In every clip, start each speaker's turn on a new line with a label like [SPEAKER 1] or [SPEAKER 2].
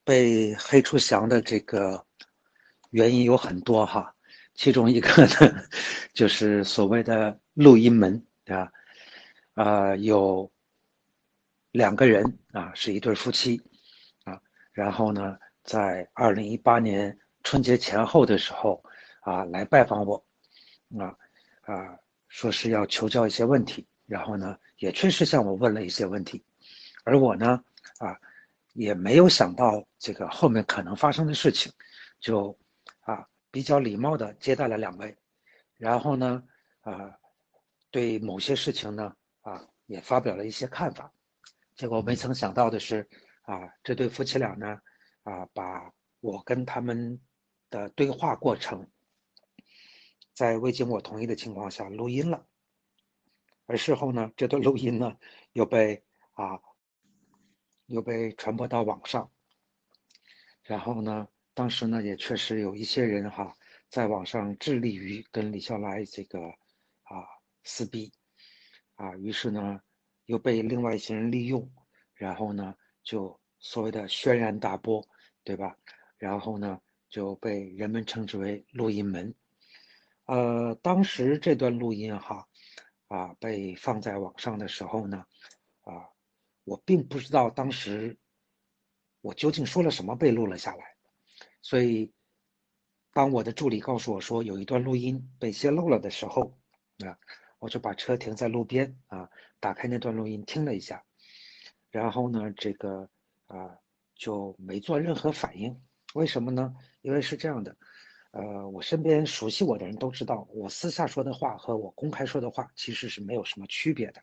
[SPEAKER 1] 被黑出翔的这个原因有很多哈，其中一个呢，就是所谓的录音门啊，有2个人啊，是一对夫妻啊，然后呢，在2018年春节前后的时候啊，来拜访我啊说是要求教一些问题，然后呢，也确实向我问了一些问题，而我呢也没有想到这个后面可能发生的事情，就比较礼貌的接待了2位，然后呢对某些事情呢也发表了一些看法。结果没曾想到的是这对夫妻俩呢把我跟他们的对话过程在未经我同意的情况下录音了，而事后呢这段录音呢又被啊又被传播到网上，然后呢当时呢也确实有一些人在网上致力于跟李笑来这个撕逼于是呢又被另外一些人利用，然后呢就所谓的轩然大波，对吧？然后呢就被人们称之为录音门。当时这段录音被放在网上的时候呢我并不知道当时我究竟说了什么被录了下来，所以当我的助理告诉我说有一段录音被泄露了的时候我就把车停在路边打开那段录音听了一下，然后呢这个就没做任何反应。为什么呢？因为是这样的，我身边熟悉我的人都知道，我私下说的话和我公开说的话其实是没有什么区别的。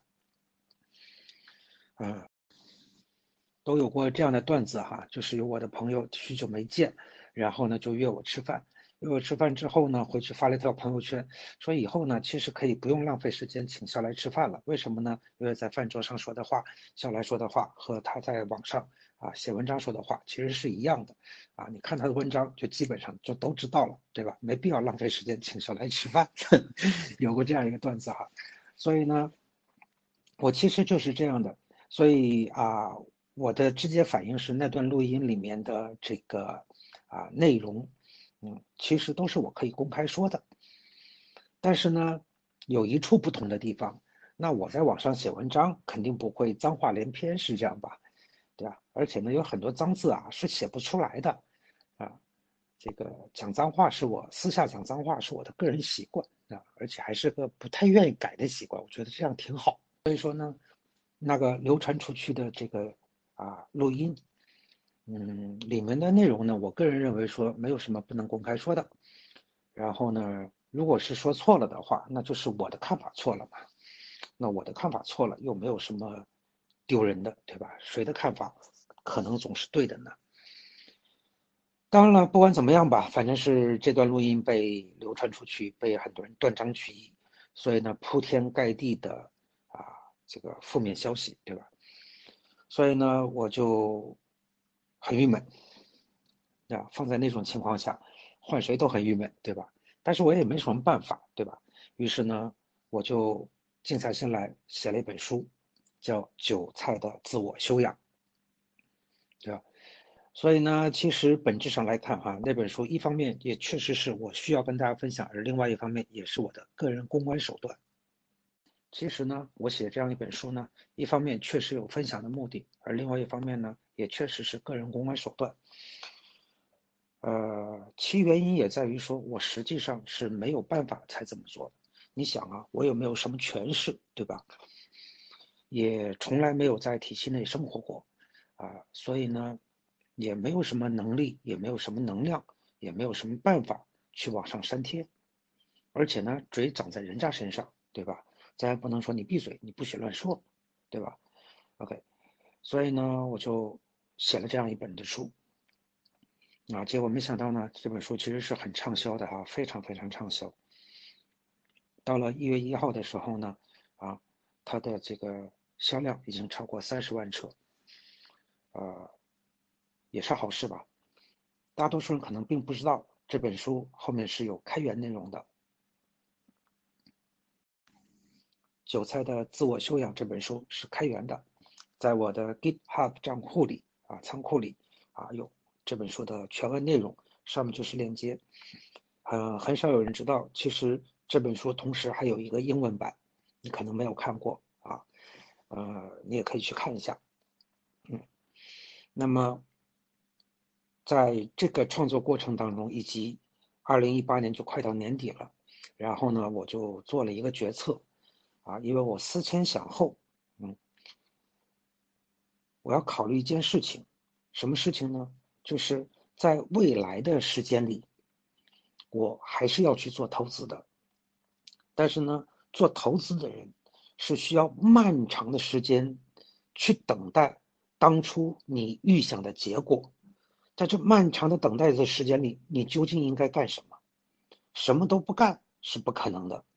[SPEAKER 1] 都有过这样的段子就是有我的朋友许久没见，然后呢就约我吃饭，约我吃饭之后呢，回去发了一条朋友圈，说以后呢其实可以不用浪费时间请笑来吃饭了。为什么呢？因为在饭桌上说的话，笑来说的话和他在网上写文章说的话其实是一样的你看他的文章就基本上就都知道了，对吧？没必要浪费时间请笑来吃饭。有过这样一个段子所以呢我其实就是这样的，所以我的直接反应是那段录音里面的这个内容其实都是我可以公开说的，但是呢有一处不同的地方，那我在网上写文章肯定不会脏话连篇，是这样吧？对吧？而且呢有很多脏字是写不出来的这个讲脏话是我私下讲脏话是我的个人习惯而且还是个不太愿意改的习惯，我觉得这样挺好。所以说呢那个流传出去的这个录音里面的内容呢，我个人认为说没有什么不能公开说的。然后呢，如果是说错了的话，那就是我的看法错了嘛。那我的看法错了，又没有什么丢人的，对吧？谁的看法可能总是对的呢？当然了，不管怎么样吧，反正是这段录音被流传出去，被很多人断章取义，所以呢，铺天盖地的这个负面消息，对吧？所以呢，我就很郁闷放在那种情况下，换谁都很郁闷，对吧？但是我也没什么办法，对吧？于是呢，我就静下心来写了一本书，叫《韭菜的自我修养》，对吧？所以呢，其实本质上来看那本书一方面也确实是我需要跟大家分享，而另外一方面也是我的个人公关手段。其实呢，我写这样一本书呢，一方面确实有分享的目的，而另外一方面呢，也确实是个人公关手段。其原因也在于说，我实际上是没有办法才这么做的。你想我有没有什么权势，对吧？也从来没有在体系内生活过所以呢，也没有什么能力，也没有什么能量，也没有什么办法去往上删帖。而且呢，嘴长在人家身上，对吧？咱也不能说你闭嘴，你不许乱说，对吧？OK，所以呢，我就写了这样一本的书结果没想到呢，这本书其实是很畅销的非常非常畅销。到了1月1号的时候呢，它的这个销量已经超过30万册，也是好事吧。大多数人可能并不知道这本书后面是有开源内容的。韭菜的自我修养这本书是开源的，在我的 GitHub 账户里仓库里有这本书的全文内容，上面就是链接。很少有人知道，其实这本书同时还有一个英文版，你可能没有看过啊，你也可以去看一下。那么在这个创作过程当中，以及2018年就快到年底了，然后呢，我就做了一个决策啊，因为我思前想后，我要考虑一件事情，什么事情呢？就是在未来的时间里，我还是要去做投资的。但是呢，做投资的人是需要漫长的时间去等待当初你预想的结果。在这漫长的等待的时间里，你究竟应该干什么？什么都不干是不可能的。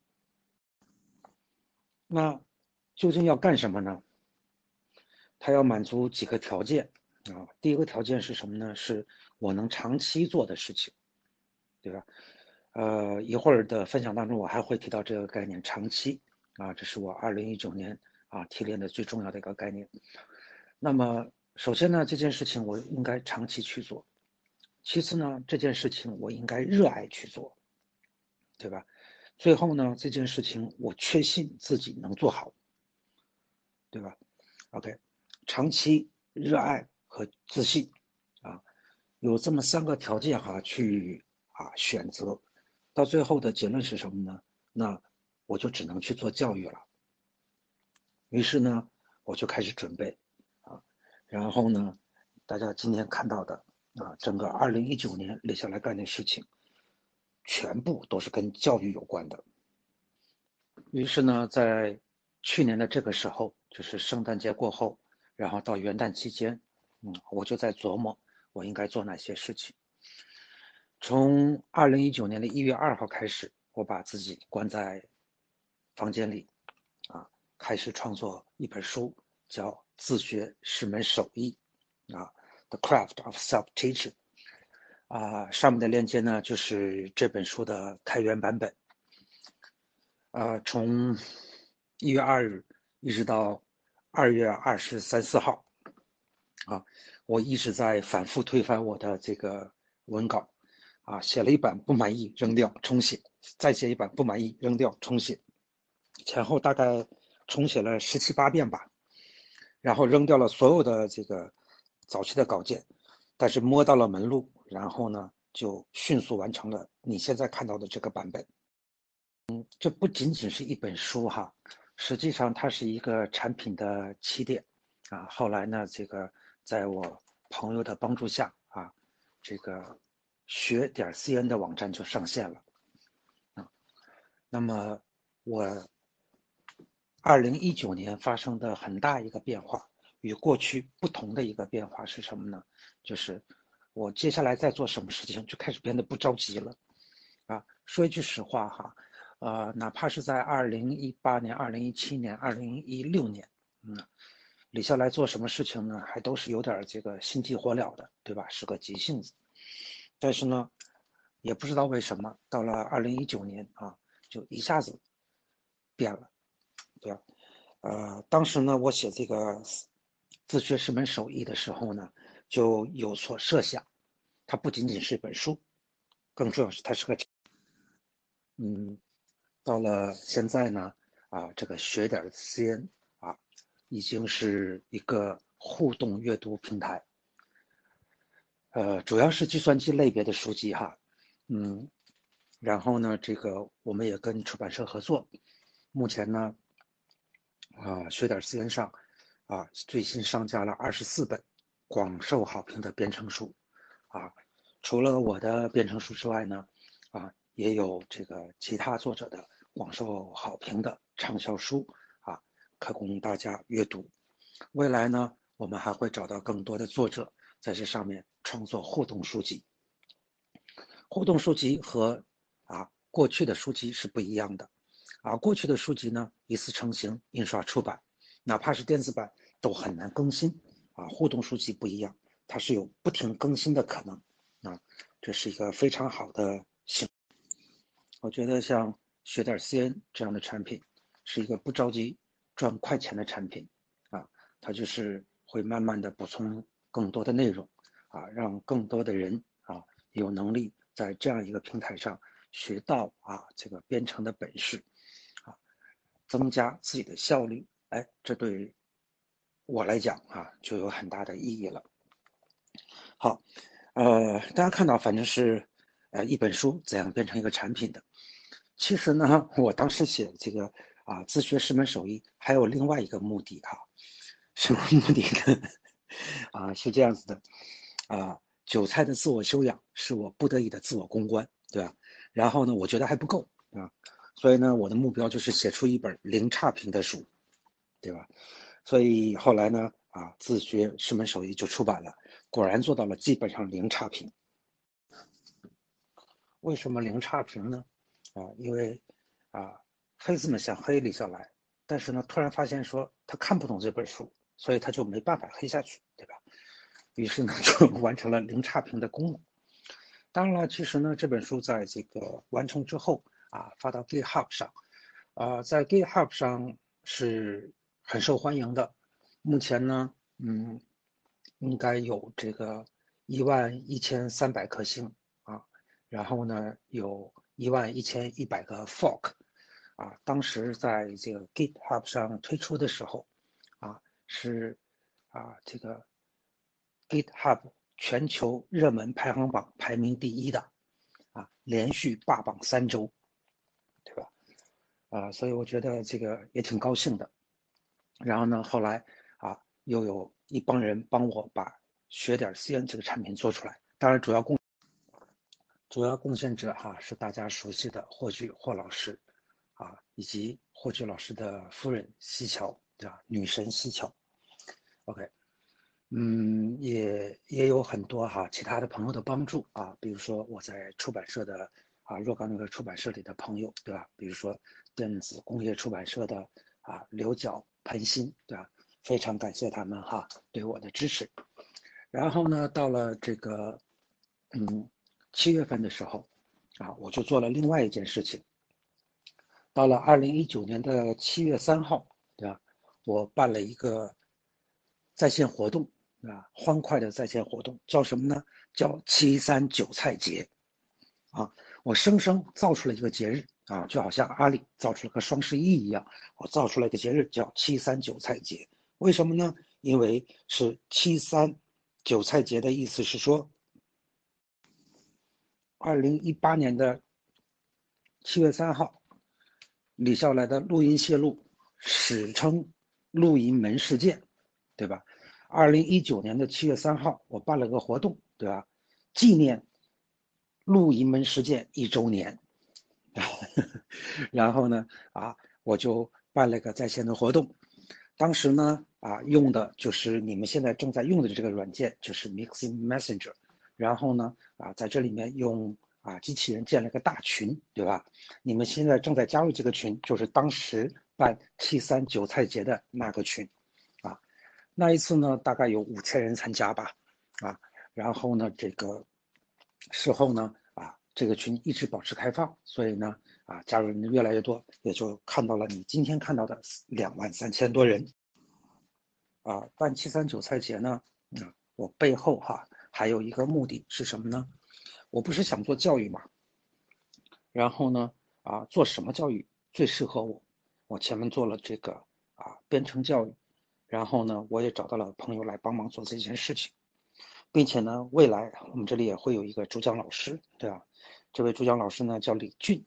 [SPEAKER 1] 那究竟要干什么呢？它要满足几个条件啊。第一个条件是什么呢？是我能长期做的事情，对吧？一会儿的分享当中，我还会提到这个概念，长期啊，这是我2019年提炼的最重要的一个概念。那么，首先呢，这件事情我应该长期去做；其次呢，这件事情我应该热爱去做，对吧？最后呢，这件事情我确信自己能做好，对吧 ？OK，长期、热爱和自信啊，有这么3个条件去选择，到最后的结论是什么呢？那我就只能去做教育了。于是呢，我就开始准备啊，然后呢，大家今天看到的整个2019年列下来干的事情，全部都是跟教育有关的。于是呢，在去年的这个时候，就是圣诞节过后，然后到元旦期间，我就在琢磨我应该做哪些事情。从2019年的1月2号开始，我把自己关在房间里，开始创作一本书，叫《自学是门手艺》，The Craft of Self-Teaching，上面的链接呢就是这本书的开源版本。从1月2日一直到2月23、4号，我一直在反复推翻我的这个文稿，写了一版不满意扔掉重写，再写一版不满意扔掉重写，前后大概重写了17、8遍吧，然后扔掉了所有的这个早期的稿件，但是摸到了门路，然后呢就迅速完成了你现在看到的这个版本。这不仅仅是一本书实际上它是一个产品的起点后来呢，这个在我朋友的帮助下这个学.cn 的网站就上线了那么我2019年发生的很大一个变化，与过去不同的一个变化是什么呢？就是我接下来在做什么事情就开始变得不着急了说一句实话哪怕是在2018年、2017年、2016年，李笑来做什么事情呢，还都是有点这个心急火燎的，对吧？是个急性子。但是呢，也不知道为什么，到了2019年就一下子变了，对吧？当时呢，我写这个自学是门手艺的时候呢，就有所设想，它不仅仅是一本书，更重要是它是个到了现在呢，这个学.cn已经是一个互动阅读平台，主要是计算机类别的书籍然后呢，这个我们也跟出版社合作，目前呢，学.cn上最新上架了24本广受好评的编程书除了我的编程书之外呢，也有这个其他作者的广受好评的畅销书可供大家阅读。未来呢，我们还会找到更多的作者在这上面创作互动书籍。互动书籍和过去的书籍是不一样的过去的书籍呢，一次成型、印刷出版，哪怕是电子版都很难更新互动书籍不一样，它是有不停更新的可能这是一个非常好的我觉得像学.cn这样的产品是一个不着急赚快钱的产品它就是会慢慢的补充更多的内容让更多的人有能力在这样一个平台上学到这个编程的本事增加自己的效率，这对我来讲就有很大的意义了。好，大家看到反正是一本书怎样变成一个产品的。其实呢，我当时写这个自学10门手艺还有另外一个目的什么目的呢？是这样子的韭菜的自我修养是我不得已的自我公关，对吧？然后呢，我觉得还不够所以呢，我的目标就是写出一本零差评的书，对吧？所以后来呢，自学10门手艺就出版了，果然做到了基本上零差评。为什么零差评呢？因为黑子们想黑李笑来，但是呢，突然发现说他看不懂这本书，所以他就没办法黑下去，对吧？于是呢，就完成了零差评的功能。当然了，其实呢，这本书在这个完成之后发到 GitHub 上，在 GitHub 上是很受欢迎的。目前呢，应该有这个11300颗星然后呢，有11100个 fork 当时在这个 GitHub 上推出的时候是这个 GitHub 全球热门排行榜排名第1的连续霸榜3周，对吧？所以我觉得这个也挺高兴的。然后呢，后来又有一帮人帮我把学点 CN 这个产品做出来。当然，主要贡献者是大家熟悉的霍老师以及霍炬老师的夫人西桥，对吧？女神西桥。OK。也有很多其他的朋友的帮助比如说我在出版社的若干那个出版社里的朋友，对吧？比如说电子工业出版社的刘角、彭鑫，对吧？非常感谢他们对我的支持。然后呢，到了这个7月份的时候我就做了另外一件事情。到了2019年的7月3号，对吧？我办了一个在线活动欢快的在线活动，叫什么呢？叫7.3韭菜节我生生造出了一个节日就好像阿里造出了个双十一一样，我造出了一个节日叫7.3韭菜节。为什么呢？因为是7.3韭菜节的意思是说2018年的7月3号，李笑来的录音泄露，史称录音门事件，对吧？2019年的7月3号，我办了个活动，对吧？纪念录音门事件1周年。然后呢，我就办了个在线的活动。当时呢，用的就是你们现在正在用的这个软件，就是 Mixing Messenger。然后呢，在这里面用机器人建了个大群，对吧？你们现在正在加入这个群，就是当时办7.3韭菜节的那个群，那一次呢，大概有5000人参加吧，然后呢，这个事后呢，这个群一直保持开放，所以呢，加入人越来越多，也就看到了你今天看到的23000多人。办7.3韭菜节呢，我背后还有一个目的是什么呢？我不是想做教育嘛，然后呢，做什么教育最适合我？我前面做了这个编程教育，然后呢，我也找到了朋友来帮忙做这件事情，并且呢，未来我们这里也会有一个主讲老师，对吧？这位主讲老师呢叫李俊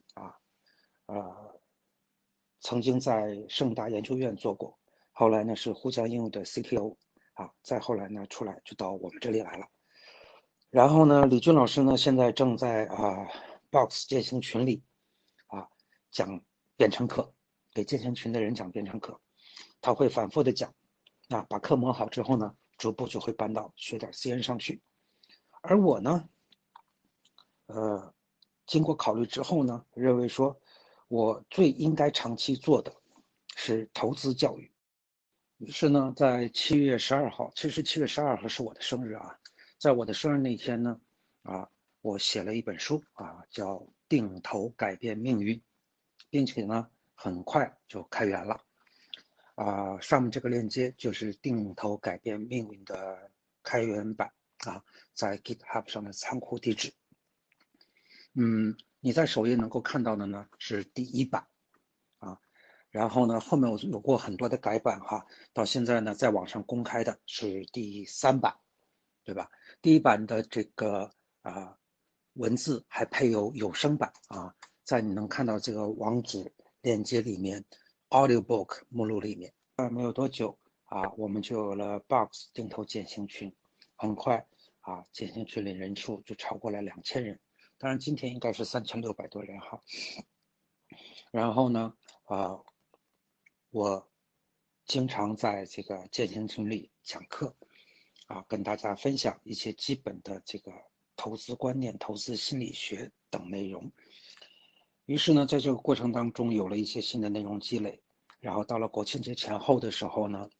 [SPEAKER 1] 曾经在盛大研究院做过，后来呢是沪江应用的 CTO 再后来呢出来就到我们这里来了。然后呢，李俊老师呢现在正在Box 践行群里讲编程课，给践行群的人讲编程课，他会反复的讲，把课磨好之后呢，逐步就会搬到学点 CN 上去。而我呢，经过考虑之后呢，认为说我最应该长期做的是投资教育。于是呢，在7月12号，其实7月12号是我的生日在我的生日那天呢，我写了一本书叫《定投改变命运》，并且呢，很快就开源了上面这个链接就是定投改变命运的开源版在 GitHub 上的仓库地址。你在首页能够看到的呢是第1版然后呢后面我有过很多的改版到现在呢在网上公开的是第3版，对吧？第1版的这个文字还配有有声版在你能看到这个网址链接里面 Audiobook 目录里面。没有多久我们就有了 Box 定投践行群，很快践行群里人数就超过了2000人，当然今天应该是3600多人然后呢我经常在这个践行群里讲课跟大家分享一些基本的这个投资观念、投资心理学等内容。于是呢，在这个过程当中有了一些新的内容积累，然后到了国庆节前后的时候呢，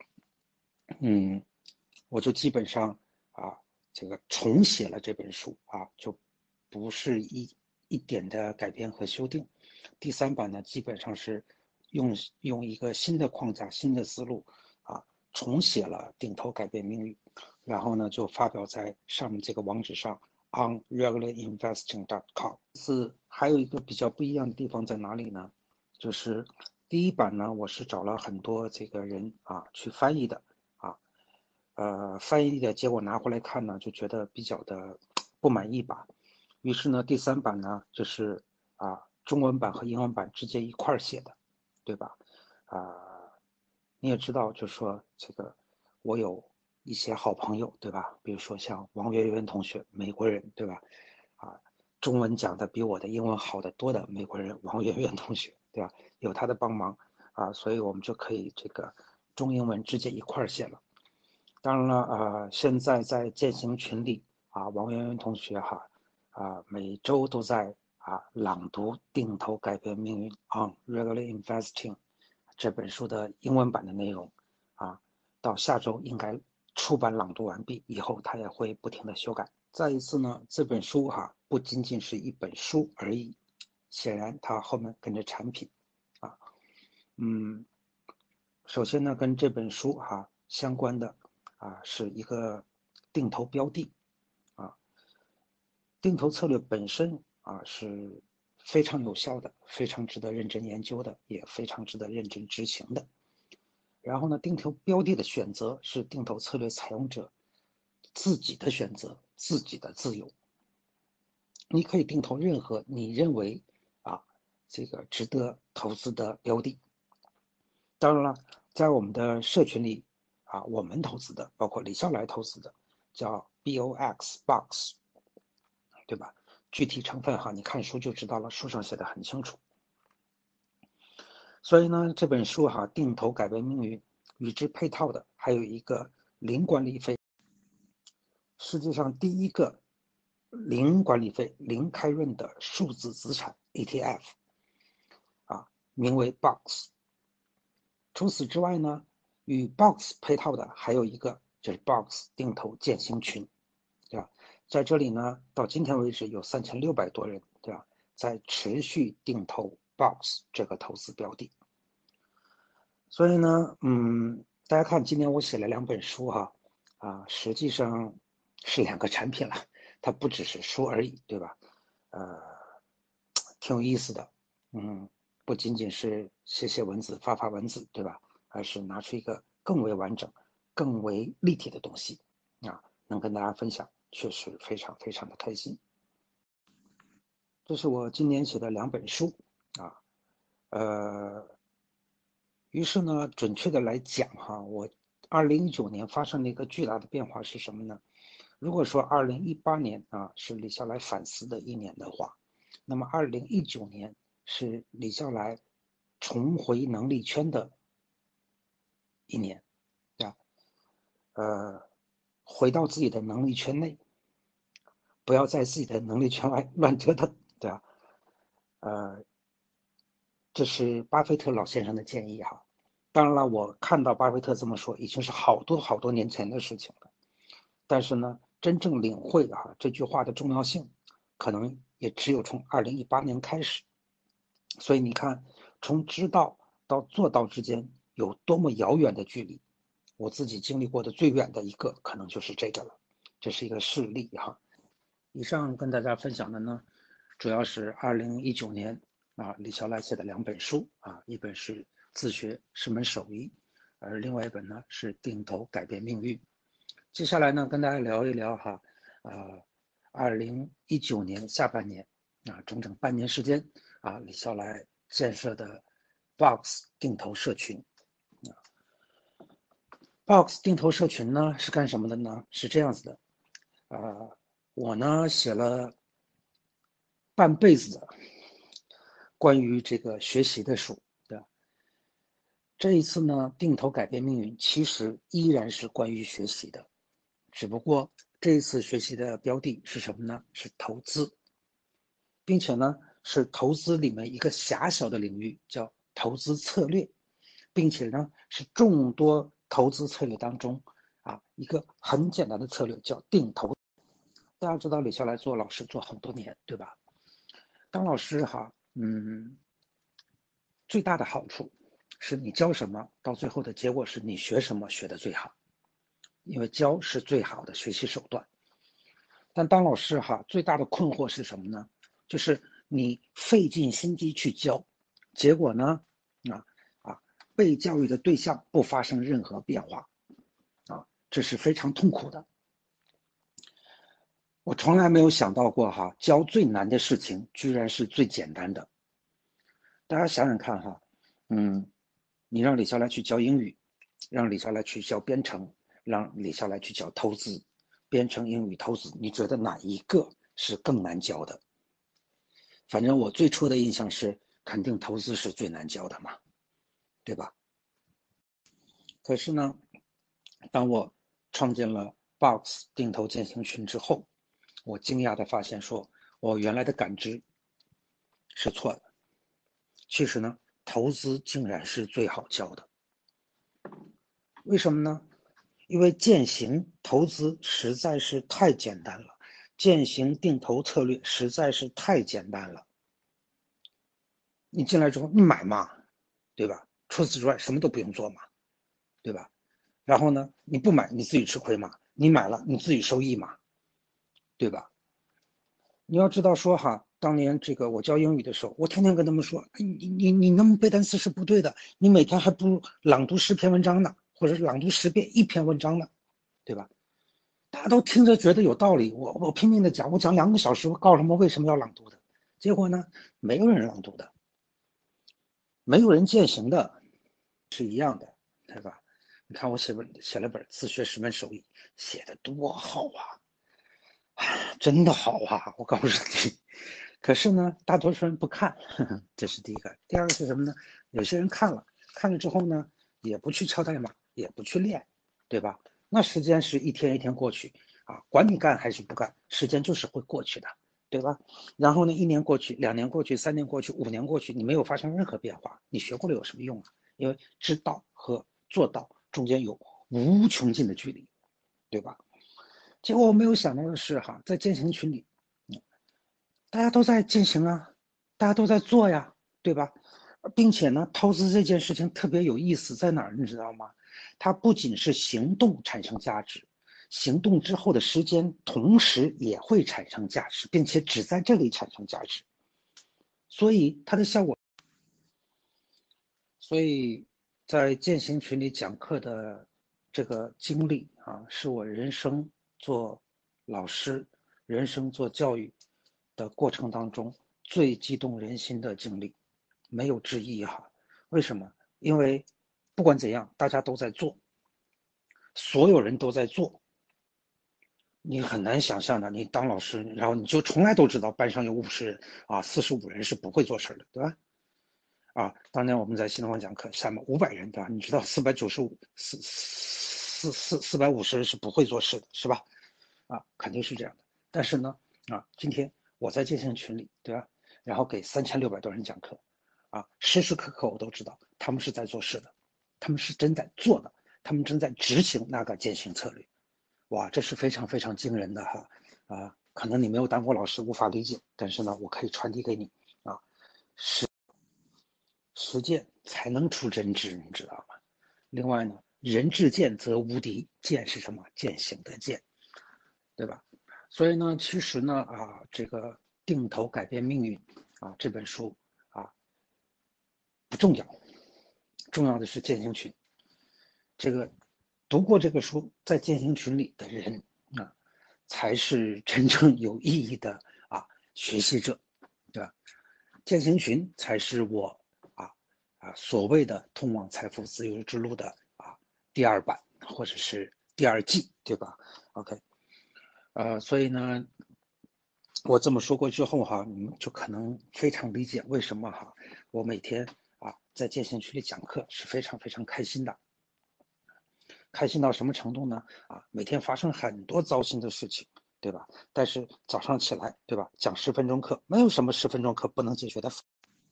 [SPEAKER 1] 我就基本上这个重写了这本书就不是一点的改编和修订。第3版呢，基本上是用一个新的框架、新的思路重写了定投改变命运，然后呢就发表在上面这个网址上 onregularinvesting.com。还有一个比较不一样的地方在哪里呢？就是第1版呢，我是找了很多这个人去翻译的翻译的结果拿回来看呢，就觉得比较的不满意吧。于是呢，第3版呢，就是中文版和英文版直接一块写的，对吧？你也知道，就是说这个我有一些好朋友，对吧？比如说像王媛媛同学，美国人，对吧？中文讲的比我的英文好得多的美国人王媛媛同学，对吧？有他的帮忙所以我们就可以这个中英文直接一块写了。当然了现在在践行群里王媛媛同学每周都在朗读《定投改变命运 on Regular Investing》这本书的英文版的内容到下周应该出版朗读完毕，以后他也会不停的修改。再一次呢，这本书不仅仅是一本书而已，显然它后面跟着产品首先呢，跟这本书相关的是一个定投标的定投策略本身是非常有效的，非常值得认真研究的，也非常值得认真执行的。然后呢，定投标的的选择是定投策略采用者自己的选择，自己的自由。你可以定投任何你认为这个值得投资的标的。当然了，在我们的社群里我们投资的，包括李笑来投资的，叫 BOX，对吧？具体成分你看书就知道了，书上写的很清楚。所以呢，这本书定投改变命运，与之配套的还有一个零管理费，世界上第一个零管理费、零开润的数字资产 ETF，名为 Box。除此之外呢，与 Box 配套的还有一个就是 Box 定投践行群，对吧？在这里呢，到今天为止有3600多人，对吧？在持续定投 Box 这个投资标的。所以呢，大家看，今年我写了2本书实际上是2个产品了，它不只是书而已，对吧？挺有意思的，不仅仅是写文字、发文字，对吧？而是拿出一个更为完整、更为立体的东西能跟大家分享，确实非常非常的开心。这是我今年写的2本书于是呢，准确的来讲我2019年发生了一个巨大的变化是什么呢？如果说2018年是李笑来反思的一年的话，那么2019年是李笑来重回能力圈的一年，对吧？回到自己的能力圈内，不要在自己的能力圈外乱折腾，对吧？这是巴菲特老先生的建议当然了，我看到巴菲特这么说已经是好多好多年前的事情了，但是呢，真正领会这句话的重要性，可能也只有从2018年开始。所以你看，从知道到做到之间有多么遥远的距离，我自己经历过的最远的一个可能就是这个了， 这是一个事例哈。以上跟大家分享的呢，主要是2019年李笑来写的2本书一本是自学是门手艺，而另外一本呢是定投改变命运。接下来呢，跟大家聊一聊2019年下半年整整半年时间李笑来建设的 Box 定投社群。Box 定投社群呢是干什么的呢？是这样子的，我呢写了半辈子的关于这个学习的书，对吧？这一次呢，定投改变命运其实依然是关于学习的，只不过这一次学习的标的是什么呢？是投资，并且呢是投资里面一个狭小的领域，叫投资策略，并且呢是众多投资策略当中一个很简单的策略，叫定投。大家知道李笑来做老师做很多年，对吧？当老师最大的好处是你教什么，到最后的结果是你学什么学得最好，因为教是最好的学习手段。但当老师最大的困惑是什么呢？就是你费尽心机去教，结果呢被教育的对象不发生任何变化这是非常痛苦的。我从来没有想到过教最难的事情居然是最简单的。大家想想看你让李笑来去教英语，让李笑来去教编程，让李笑来去教投资，编程、英语、投资，你觉得哪一个是更难教的？反正我最初的印象是，肯定投资是最难教的嘛，对吧？可是呢，当我创建了 Box 定投践行群之后，我惊讶地发现说，我原来的感知是错的。其实呢，投资竟然是最好教的。为什么呢？因为践行投资实在是太简单了，践行定投策略实在是太简单了。你进来之后，你买嘛，对吧？除此之外，什么都不用做嘛，对吧？然后呢，你不买你自己吃亏嘛，你买了你自己受益嘛，对吧？你要知道说当年这个我教英语的时候，我天天跟他们说，你那么背单词是不对的，你每天还不如朗读10篇文章呢，或者是朗读10遍1篇文章呢，对吧？大家都听着觉得有道理，我拼命的讲，我讲2个小时，我告诉他们为什么要朗读的，结果呢，没有人朗读的，没有人践行的，是一样的，对吧？你看我写了本自学10门手艺，写的多好真的好我告诉你。可是呢，大多数人不看，这是第一个。第二个是什么呢？有些人看了之后呢，也不去敲代码，也不去练，对吧？那时间是一天一天过去管你干还是不干，时间就是会过去的，对吧？然后呢，1年过去，2年过去，3年过去，5年过去，你没有发生任何变化，你学过了有什么用因为知道和做到中间有无穷尽的距离，对吧？结果我没有想到的是在践行群里大家都在践行大家都在做呀，对吧？并且呢，投资这件事情特别有意思在哪儿你知道吗？它不仅是行动产生价值，行动之后的时间同时也会产生价值，并且只在这里产生价值，所以它的效果。所以在践行群里讲课的这个经历是我人生做老师、人生做教育的过程当中最激动人心的经历，没有之一为什么？因为不管怎样，大家都在做，所有人都在做。你很难想象的，你当老师，然后你就从来都知道班上有50人45人是不会做事的，对吧？当年我们在新东方讲课，下面500人，对吧？你知道450人是不会做事的，是吧？肯定是这样的。但是呢，今天我在健身群里，对吧？然后给3600多人讲课，时时刻刻我都知道他们是在做事的，他们是真在做的，他们正在执行那个践行策略。哇，这是非常非常惊人的可能你没有当过老师，无法理解，但是呢，我可以传递给你实践才能出真知，你知道吗？另外呢，人至贱则无敌，贱是什么？践行的践。 对吧？所以呢，其实呢，这个定投改变命运这本书不重要，重要的是践行群。这个读过这个书，在践行群里的人才是真正有意义的学习者，对吧？践行群才是我所谓的通往财富自由之路的第二版或者是第二季，对吧 ？OK，所以呢，我这么说过之后你们就可能非常理解为什么我每天在践行群里讲课是非常非常开心的。开心到什么程度呢？每天发生很多糟心的事情，对吧？但是早上起来，对吧？讲10分钟课，没有什么10分钟课不能解决的。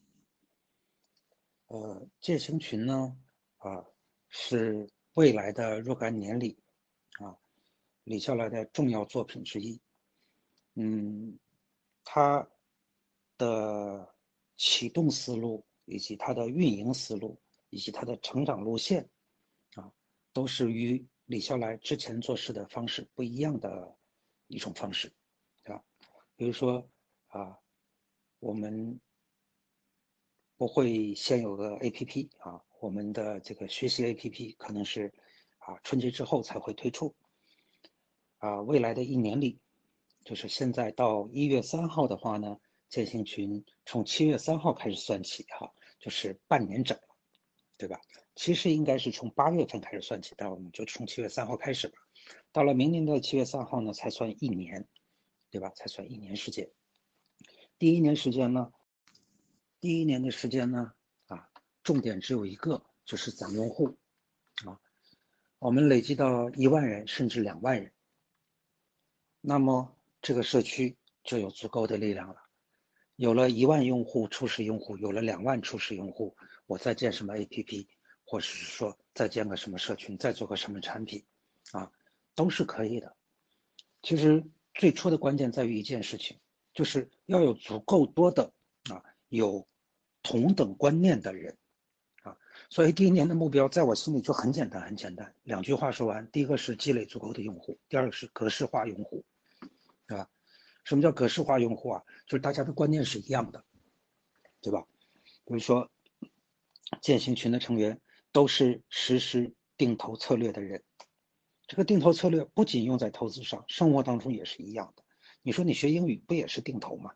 [SPEAKER 1] 践行群呢，是未来的若干年里，李笑来的重要作品之一。他的启动思路，以及他的运营思路，以及他的成长路线，都是与李笑来之前做事的方式不一样的一种方式，对吧？比如说我们不会先有个 APP 我们的这个学习 APP 可能是春节之后才会推出。未来的1年里，就是现在到1月3号的话呢，践行群从7月3号开始算起就是半年整了，对吧？其实应该是从8月份开始算起，但我们就从7月3号开始吧。到了明年的7月3号呢，才算1年，对吧？才算1年时间。第一年的时间呢，重点只有一个，就是攒用户我们累积到1万人甚至2万人，那么这个社区就有足够的力量了。有了1万用户、初始用户，有了2万初始用户，我再建什么 APP， 或者是说再建个什么社群，再做个什么产品都是可以的。其实最初的关键在于一件事情，就是要有足够多的有同等观念的人所以第1年的目标在我心里就很简单，很简单，2句话说完。第一个是积累足够的用户，第二个是格式化用户，对吧？什么叫格式化用户就是大家的观念是一样的，对吧？比如说践行群的成员都是实施定投策略的人，这个定投策略不仅用在投资上，生活当中也是一样的。你说你学英语不也是定投吗？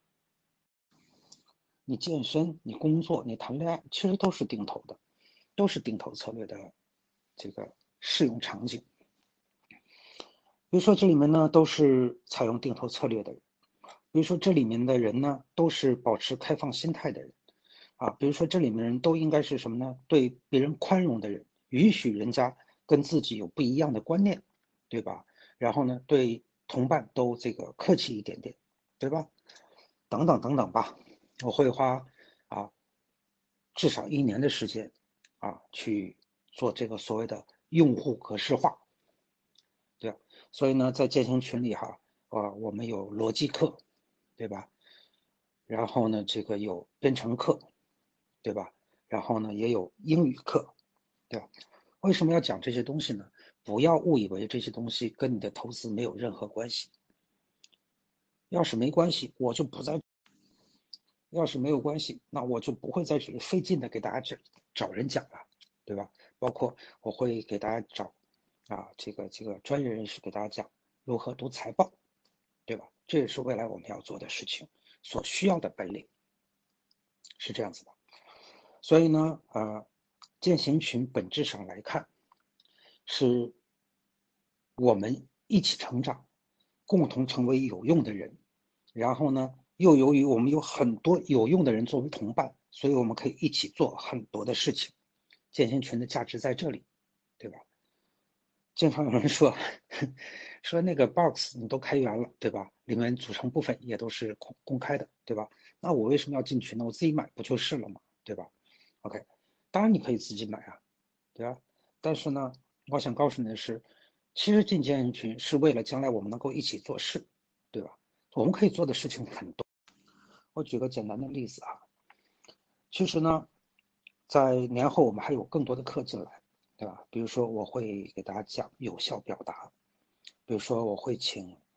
[SPEAKER 1] 你健身、你工作、你谈恋爱，其实都是定投的，都是定投策略的这个适用场景。比如说这里面呢都是采用定投策略的人，比如说这里面的人呢都是保持开放心态的人比如说这里面人都应该是什么呢？对别人宽容的人，允许人家跟自己有不一样的观念，对吧？然后呢，对同伴都这个客气一点点，对吧？等等等等吧，我会花至少1年的时间去做这个所谓的用户格式化，对吧？所以呢，在践行群里我们有逻辑课，对吧？然后呢，这个有编程课，对吧？然后呢，也有英语课，对吧？为什么要讲这些东西呢？不要误以为这些东西跟你的投资没有任何关系。要是没关系，我就不在；要是没有关系，那我就不会在这里费劲的给大家找人讲了，对吧？包括我会给大家找这个专业人士给大家讲如何读财报，对吧？这也是未来我们要做的事情所需要的本领，是这样子的。所以呢，践行群本质上来看，是我们一起成长，共同成为有用的人。然后呢，又由于我们有很多有用的人作为同伴，所以我们可以一起做很多的事情。践行群的价值在这里，对吧？经常有人说，说那个 box 你都开源了，对吧？里面组成部分也都是公开的，对吧？那我为什么要进群呢？我自己买不就是了吗？对吧 ？OK，当然你可以自己买对吧？但是呢，我想告诉你的是，其实进践行群是为了将来我们能够一起做事，对吧？我们可以做的事情很多。我举个简单的例子其实呢，在年后我们还有更多的课进来，对吧？比如说我会给大家讲有效表达，比如说我会请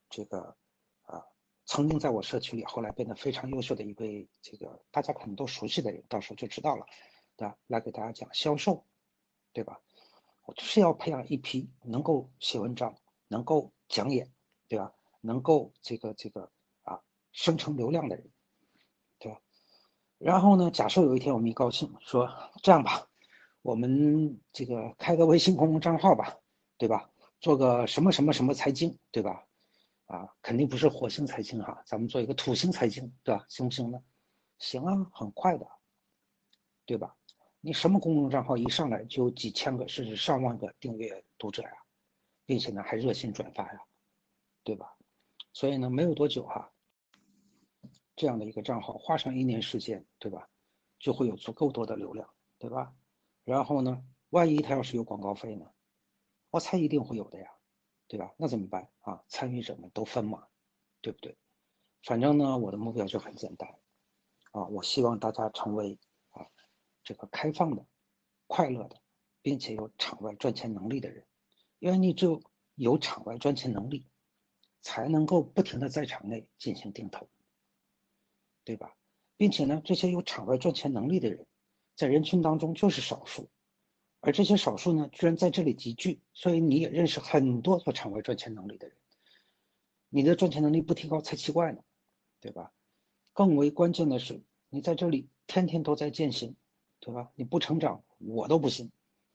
[SPEAKER 1] 这个曾经在我社区里后来变得非常优秀的一位这个大家可能都熟悉的人，到时候就知道了，对吧？来给大家讲销售，对吧？我就是要培养一批能够写文章、能够讲演，对吧？能够生成流量的人，对吧？然后呢，假设有一天我们一高兴说这样吧，我们这个开个微信公众账号吧，对吧？做个什么什么什么财经，对吧？肯定不是火星财经哈，咱们做一个土星财经，对吧？行不行呢？行啊，很快的，对吧？你什么公众账号一上来就有几千个甚至上万个订阅读者呀，并且呢还热心转发呀，对吧？所以呢，没有多久哈，这样的一个账号花上1年时间，对吧？就会有足够多的流量，对吧？然后呢，万一他要是有广告费呢，我猜一定会有的呀，对吧？那怎么办啊？参与者们都分嘛，对不对？反正呢，我的目标就很简单我希望大家成为这个开放的、快乐的，并且有场外赚钱能力的人，因为你只有场外赚钱能力，才能够不停的在场内进行定投，对吧？并且呢，这些有场外赚钱能力的人，在人群当中就是少数，而这些少数呢，居然在这里集聚，所以你也认识很多有场外赚钱能力的人，你的赚钱能力不提高才奇怪呢，对吧？更为关键的是，你在这里天天都在践行，对吧？你不成长，我都不信。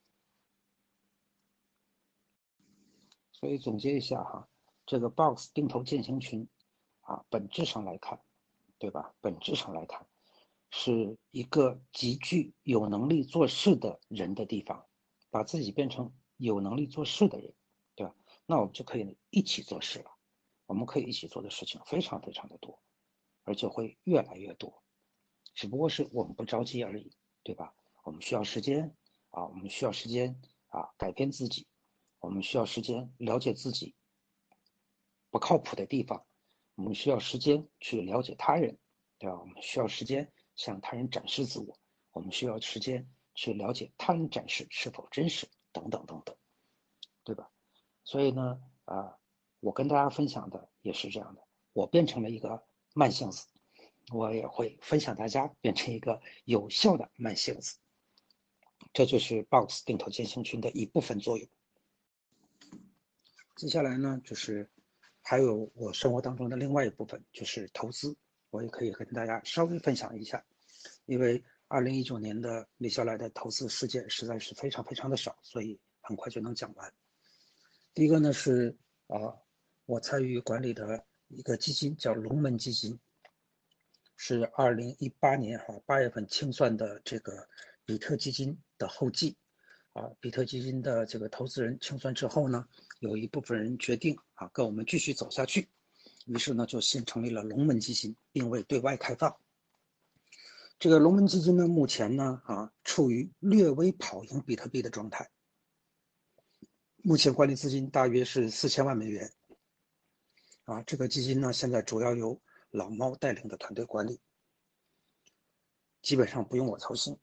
[SPEAKER 1] 所以总结一下哈，这个 Box 定投践行群本质上来看，对吧？本质上来看，是一个极具有能力做事的人的地方，把自己变成有能力做事的人，对吧？那我们就可以一起做事了。我们可以一起做的事情非常非常的多，而且会越来越多，只不过是我们不着急而已，对吧？我们需要时间我们需要时间改变自己，我们需要时间了解自己不靠谱的地方，我们需要时间去了解他人，对吧？我们需要时间向他人展示自我，我们需要时间去了解他人展示是否真实，等等等等，对吧？所以呢，我跟大家分享的也是这样的，我变成了一个慢性子，我也会分享大家变成一个有效的慢性子，这就是 Box 定投践行群的一部分作用。接下来呢，就是还有我生活当中的另外一部分，就是投资，我也可以跟大家稍微分享一下，因为2019年的李笑来的投资事件实在是非常非常的少，所以很快就能讲完。第一个呢是我参与管理的一个基金叫龙门基金，是2018年8月份清算的这个比特基金的后继比特基金的这个投资人清算之后呢，有一部分人决定跟我们继续走下去，于是呢就新成立了龙门基金，并未对外开放。这个龙门基金呢，目前呢处于略微跑赢比特币的状态，目前管理资金大约是4000万美元。这个基金呢，现在主要由老猫带领的团队管理，基本上不用我操心。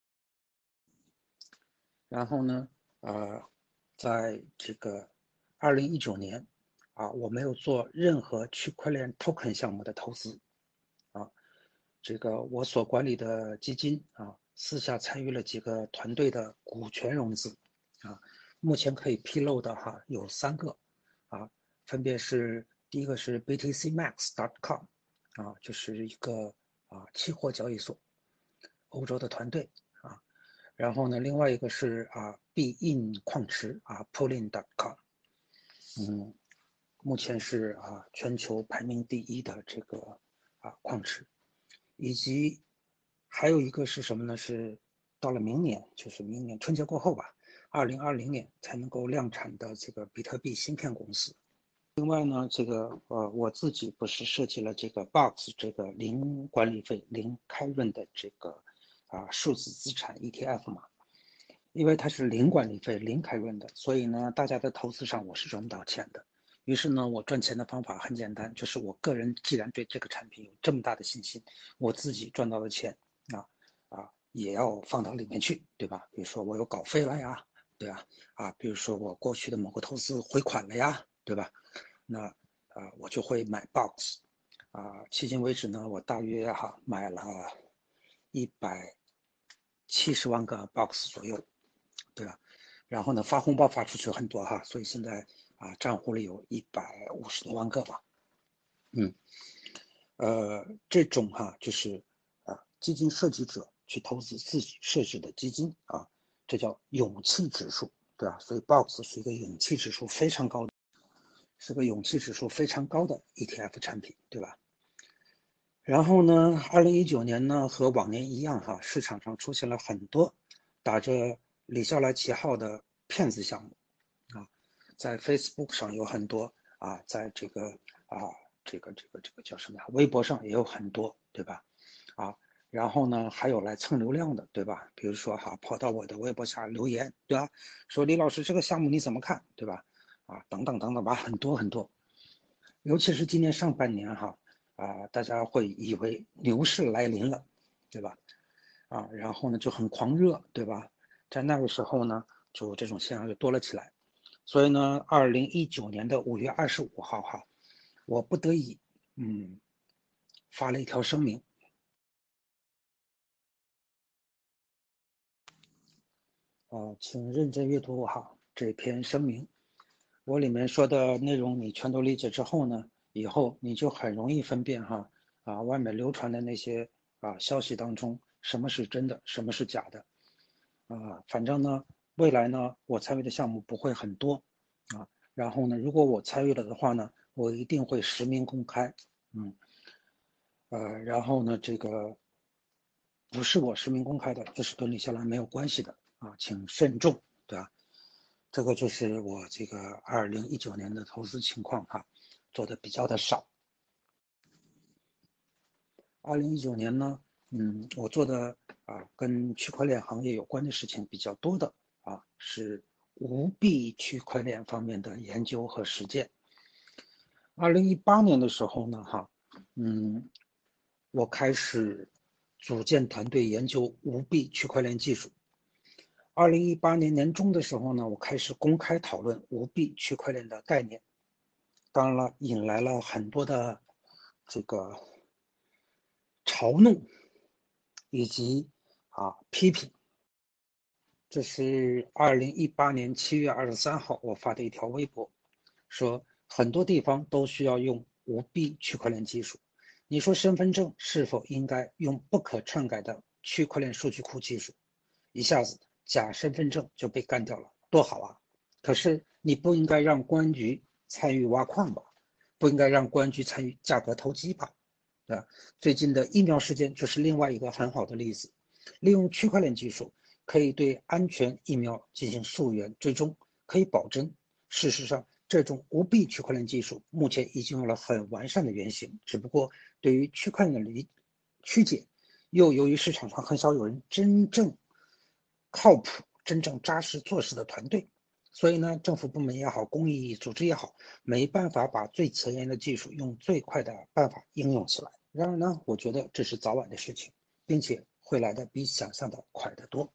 [SPEAKER 1] 然后呢，在这个2019年我没有做任何区块链 token 项目的投资这个我所管理的基金私下参与了几个团队的股权融资目前可以披露的有3个分别是第一个是 BTCmax.com 就是一个期货交易所，欧洲的团队然后呢，另外一个是BIN 矿池Pulling.com，目前是全球排名第1的这个矿池，以及还有一个是什么呢？是到了明年，就是明年春节过后吧，2020年才能够量产的这个比特币芯片公司。另外呢，这个我自己不是设计了这个 Box 这个零管理费、零开润的这个数字资产 ETF 嘛，因为它是零管理费、零开润的，所以呢，大家的投资上我是赚不到钱的。于是呢，我赚钱的方法很简单，就是我个人既然对这个产品有这么大的信心，我自己赚到的钱也要放到里面去，对吧？比如说我有稿费了呀，对吧？比如说我过去的某个投资回款了呀，对吧？那我就会买 box，迄今为止呢，我大约买了170万个 box 左右，对吧？然后呢，发红包发出去很多所以现在账户里有150多万个吧。这种就是基金设计者去投资自己设置的基金这叫勇气指数，对吧？所以 box 是一个勇气指数非常高的，是个勇气指数非常高的 ETF 产品，对吧？然后呢，2019年呢和往年一样市场上出现了很多打着李笑来旗号的骗子项目在 Facebook 上有很多在这个叫什么呀？微博上也有很多，对吧？然后呢，还有来蹭流量的，对吧？比如说跑到我的微博下留言，对吧？说李老师这个项目你怎么看，对吧？等等等等吧，很多很多。尤其是今年上半年大家会以为牛市来临了，对吧？然后呢就很狂热，对吧？在那个时候呢，就这种现象就多了起来。所以呢，2019年的5月25号我不得已发了一条声明，请认真阅读这篇声明。我里面说的内容你全都理解之后呢，以后你就很容易分辨外面流传的那些消息当中什么是真的，什么是假的反正呢，未来呢我参与的项目不会很多然后呢，如果我参与了的话呢，我一定会实名公开，然后呢，这个不是我实名公开的，这是跟李笑来没有关系的请慎重，对吧？这个就是我这个2019年的投资情况做的比较的少。2019年呢，我做的跟区块链行业有关的事情比较多的是无币区块链方面的研究和实践。2018年的时候呢，我开始组建团队研究无币区块链技术。2018年年中的时候呢，我开始公开讨论无币区块链的概念，当然了，引来了很多的这个嘲弄以及批评。这是2018年7月23号我发的一条微博，说很多地方都需要用无币区块链技术。你说身份证是否应该用不可篡改的区块链数据库技术？一下子假身份证就被干掉了，多好啊！可是你不应该让公安局参与挖矿吧？不应该让公安局参与价格投机吧？对吧？最近的疫苗事件就是另外一个很好的例子。利用区块链技术，可以对安全疫苗进行溯源追踪，可以保真。事实上，这种无币区块链技术目前已经有了很完善的原型，只不过对于区块链的曲解，又由于市场上很少有人真正靠谱、真正扎实做事的团队，所以呢，政府部门也好，公益组织也好，没办法把最前沿的技术用最快的办法应用起来。然而呢，我觉得这是早晚的事情，并且会来的比想象的快得多。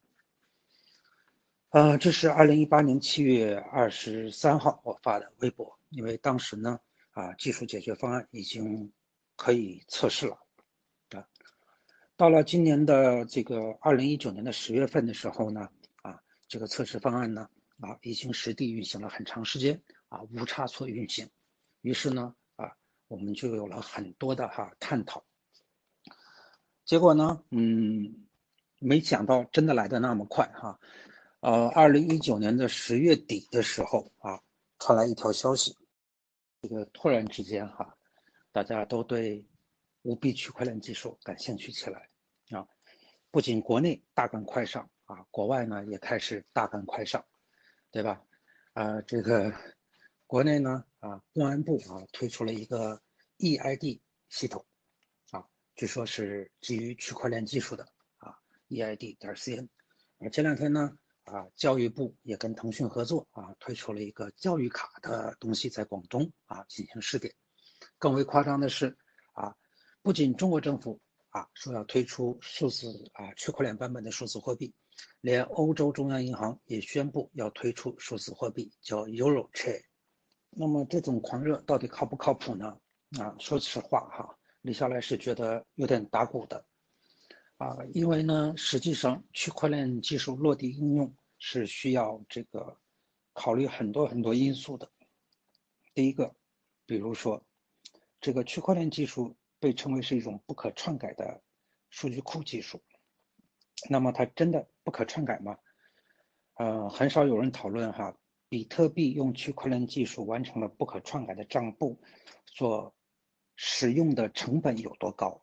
[SPEAKER 1] 这是2018年7月23号我发的微博，因为当时呢，技术解决方案已经可以测试了到了今年的这个2019年的10月份的时候呢，这个测试方案呢，已经实地运行了很长时间无差错运行。于是呢，我们就有了很多的探讨。结果呢，没想到真的来的那么快2019年的10月底的时候传来一条消息，这个突然之间大家都对无币区块链技术感兴趣起来不仅国内大干快上国外呢也开始大干快上，对吧？这个国内呢公安部推出了一个 EID 系统据说是基于区块链技术的EID.cn。前两天呢教育部也跟腾讯合作推出了一个教育卡的东西，在广东进行试点。更为夸张的是不仅中国政府说要推出数字区块链版本的数字货币，连欧洲中央银行也宣布要推出数字货币，叫 EuroChain。 那么这种狂热到底靠不靠谱呢？说实话哈，李笑来是觉得有点打鼓的因为呢，实际上区块链技术落地应用是需要这个考虑很多很多因素的。第一个，比如说这个区块链技术被称为是一种不可篡改的数据库技术，那么它真的不可篡改吗？很少有人讨论哈，比特币用区块链技术完成了不可篡改的账簿，所使用的成本有多高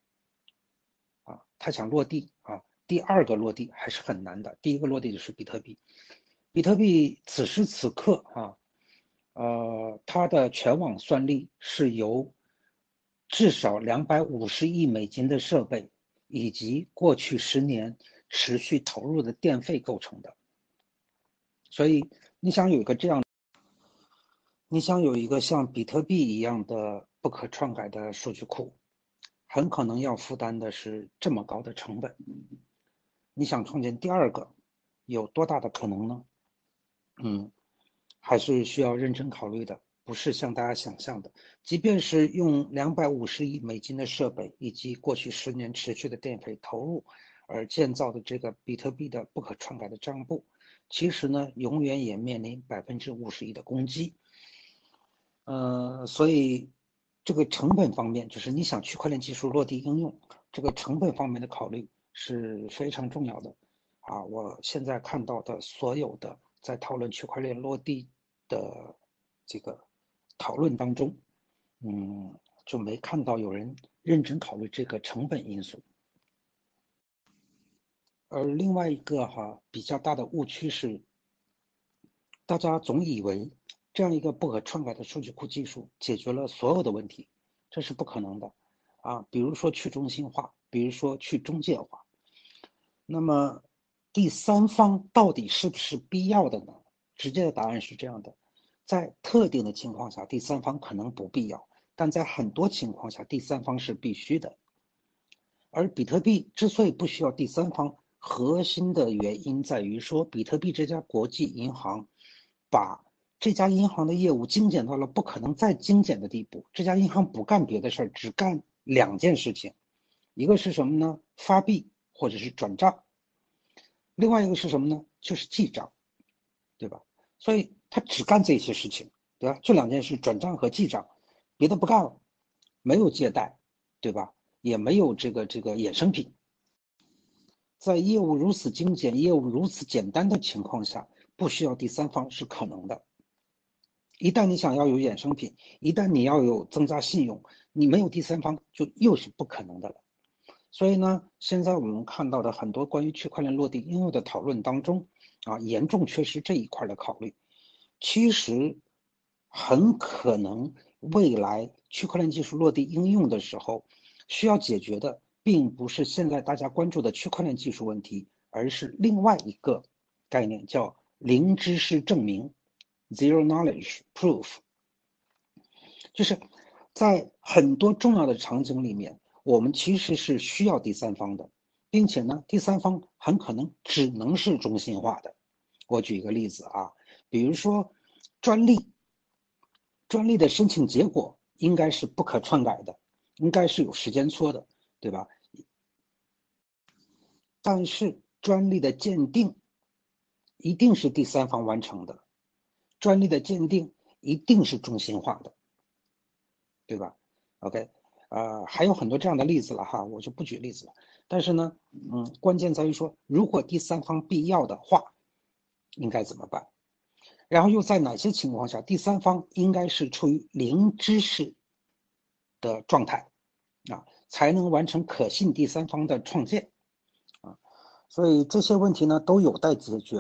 [SPEAKER 1] 它想落地第二个落地还是很难的。第一个落地就是比特币，比特币此时此刻它的全网算力是由至少250亿美金的设备以及过去10年持续投入的电费构成的。所以你想有一个像比特币一样的不可篡改的数据库，很可能要负担的是这么高的成本。你想创建第二个，有多大的可能呢？还是需要认真考虑的，不是像大家想象的。即便是用250亿美金的设备以及过去10年持续的电费投入而建造的这个比特币的不可篡改的账簿，其实呢，永远也面临51%的攻击。所以这个成本方面，就是你想区块链技术落地应用，这个成本方面的考虑是非常重要的。我现在看到的所有的在讨论区块链落地的这个讨论当中，就没看到有人认真考虑这个成本因素。而另外一个比较大的误区是，大家总以为这样一个不可篡改的数据库技术解决了所有的问题，这是不可能的比如说去中心化，比如说去中介化。那么第三方到底是不是必要的呢？直接的答案是这样的，在特定的情况下，第三方可能不必要，但在很多情况下，第三方是必须的。而比特币之所以不需要第三方，核心的原因在于说，比特币这家国际银行把这家银行的业务精简到了不可能再精简的地步。这家银行不干别的事儿，只干2件事情，一个是什么呢？发币或者是转账，另外一个是什么呢？就是记账，对吧？所以他只干这些事情，对吧？这2件事，转账和记账，别的不干了，没有借贷，对吧？也没有这个衍生品。在业务如此精简、业务如此简单的情况下，不需要第三方是可能的。一旦你想要有衍生品，一旦你要有增加信用，你没有第三方就又是不可能的了。所以呢，现在我们看到的很多关于区块链落地应用的讨论当中严重缺失这一块的考虑。其实很可能未来区块链技术落地应用的时候，需要解决的并不是现在大家关注的区块链技术问题，而是另外一个概念，叫零知识证明 （Zero Knowledge Proof）。就是在很多重要的场景里面，我们其实是需要第三方的，并且呢，第三方很可能只能是中心化的。我举一个例子比如说专利的申请结果应该是不可篡改的，应该是有时间戳的，对吧？但是专利的鉴定一定是第三方完成的，专利的鉴定一定是中心化的，对吧 ？OK，还有很多这样的例子了我就不举例子了。但是呢，关键在于说，如果第三方必要的话，应该怎么办？然后又在哪些情况下，第三方应该是处于零知识的状态才能完成可信第三方的创建所以这些问题呢都有待解决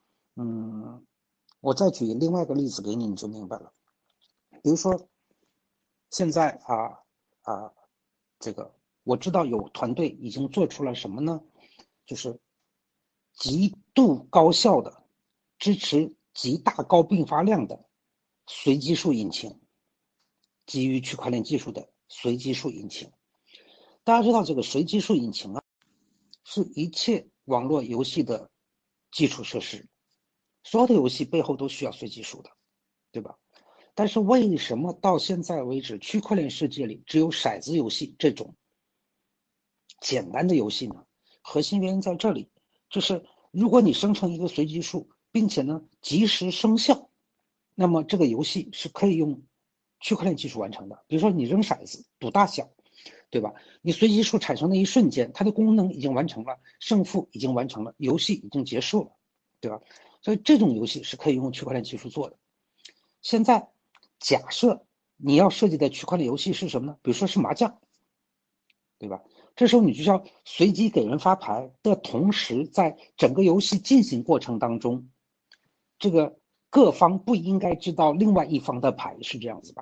[SPEAKER 1] 我再举另外一个例子给你，你就明白了。比如说，现在这个我知道有团队已经做出了什么呢？就是极度高效的支持极大高并发量的随机数引擎，基于区块链技术的随机数引擎。大家知道这个随机数引擎是一切网络游戏的基础设施，所有的游戏背后都需要随机数的，对吧？ 但是为什么到现在为止，区块链世界里只有骰子游戏这种简单的游戏呢？核心原因在这里，就是如果你生成一个随机数，并且呢及时生效，那么这个游戏是可以用区块链技术完成的。比如说你扔骰子赌大小，对吧？你随机数产生的一瞬间，它的功能已经完成了，胜负已经完成了，游戏已经结束了，对吧？所以这种游戏是可以用区块链技术做的。现在假设你要设计的区块链游戏是什么呢？比如说是麻将，对吧？这时候你就需要随机给人发牌的同时，在整个游戏进行过程当中，这个各方不应该知道另外一方的牌，是这样子吧？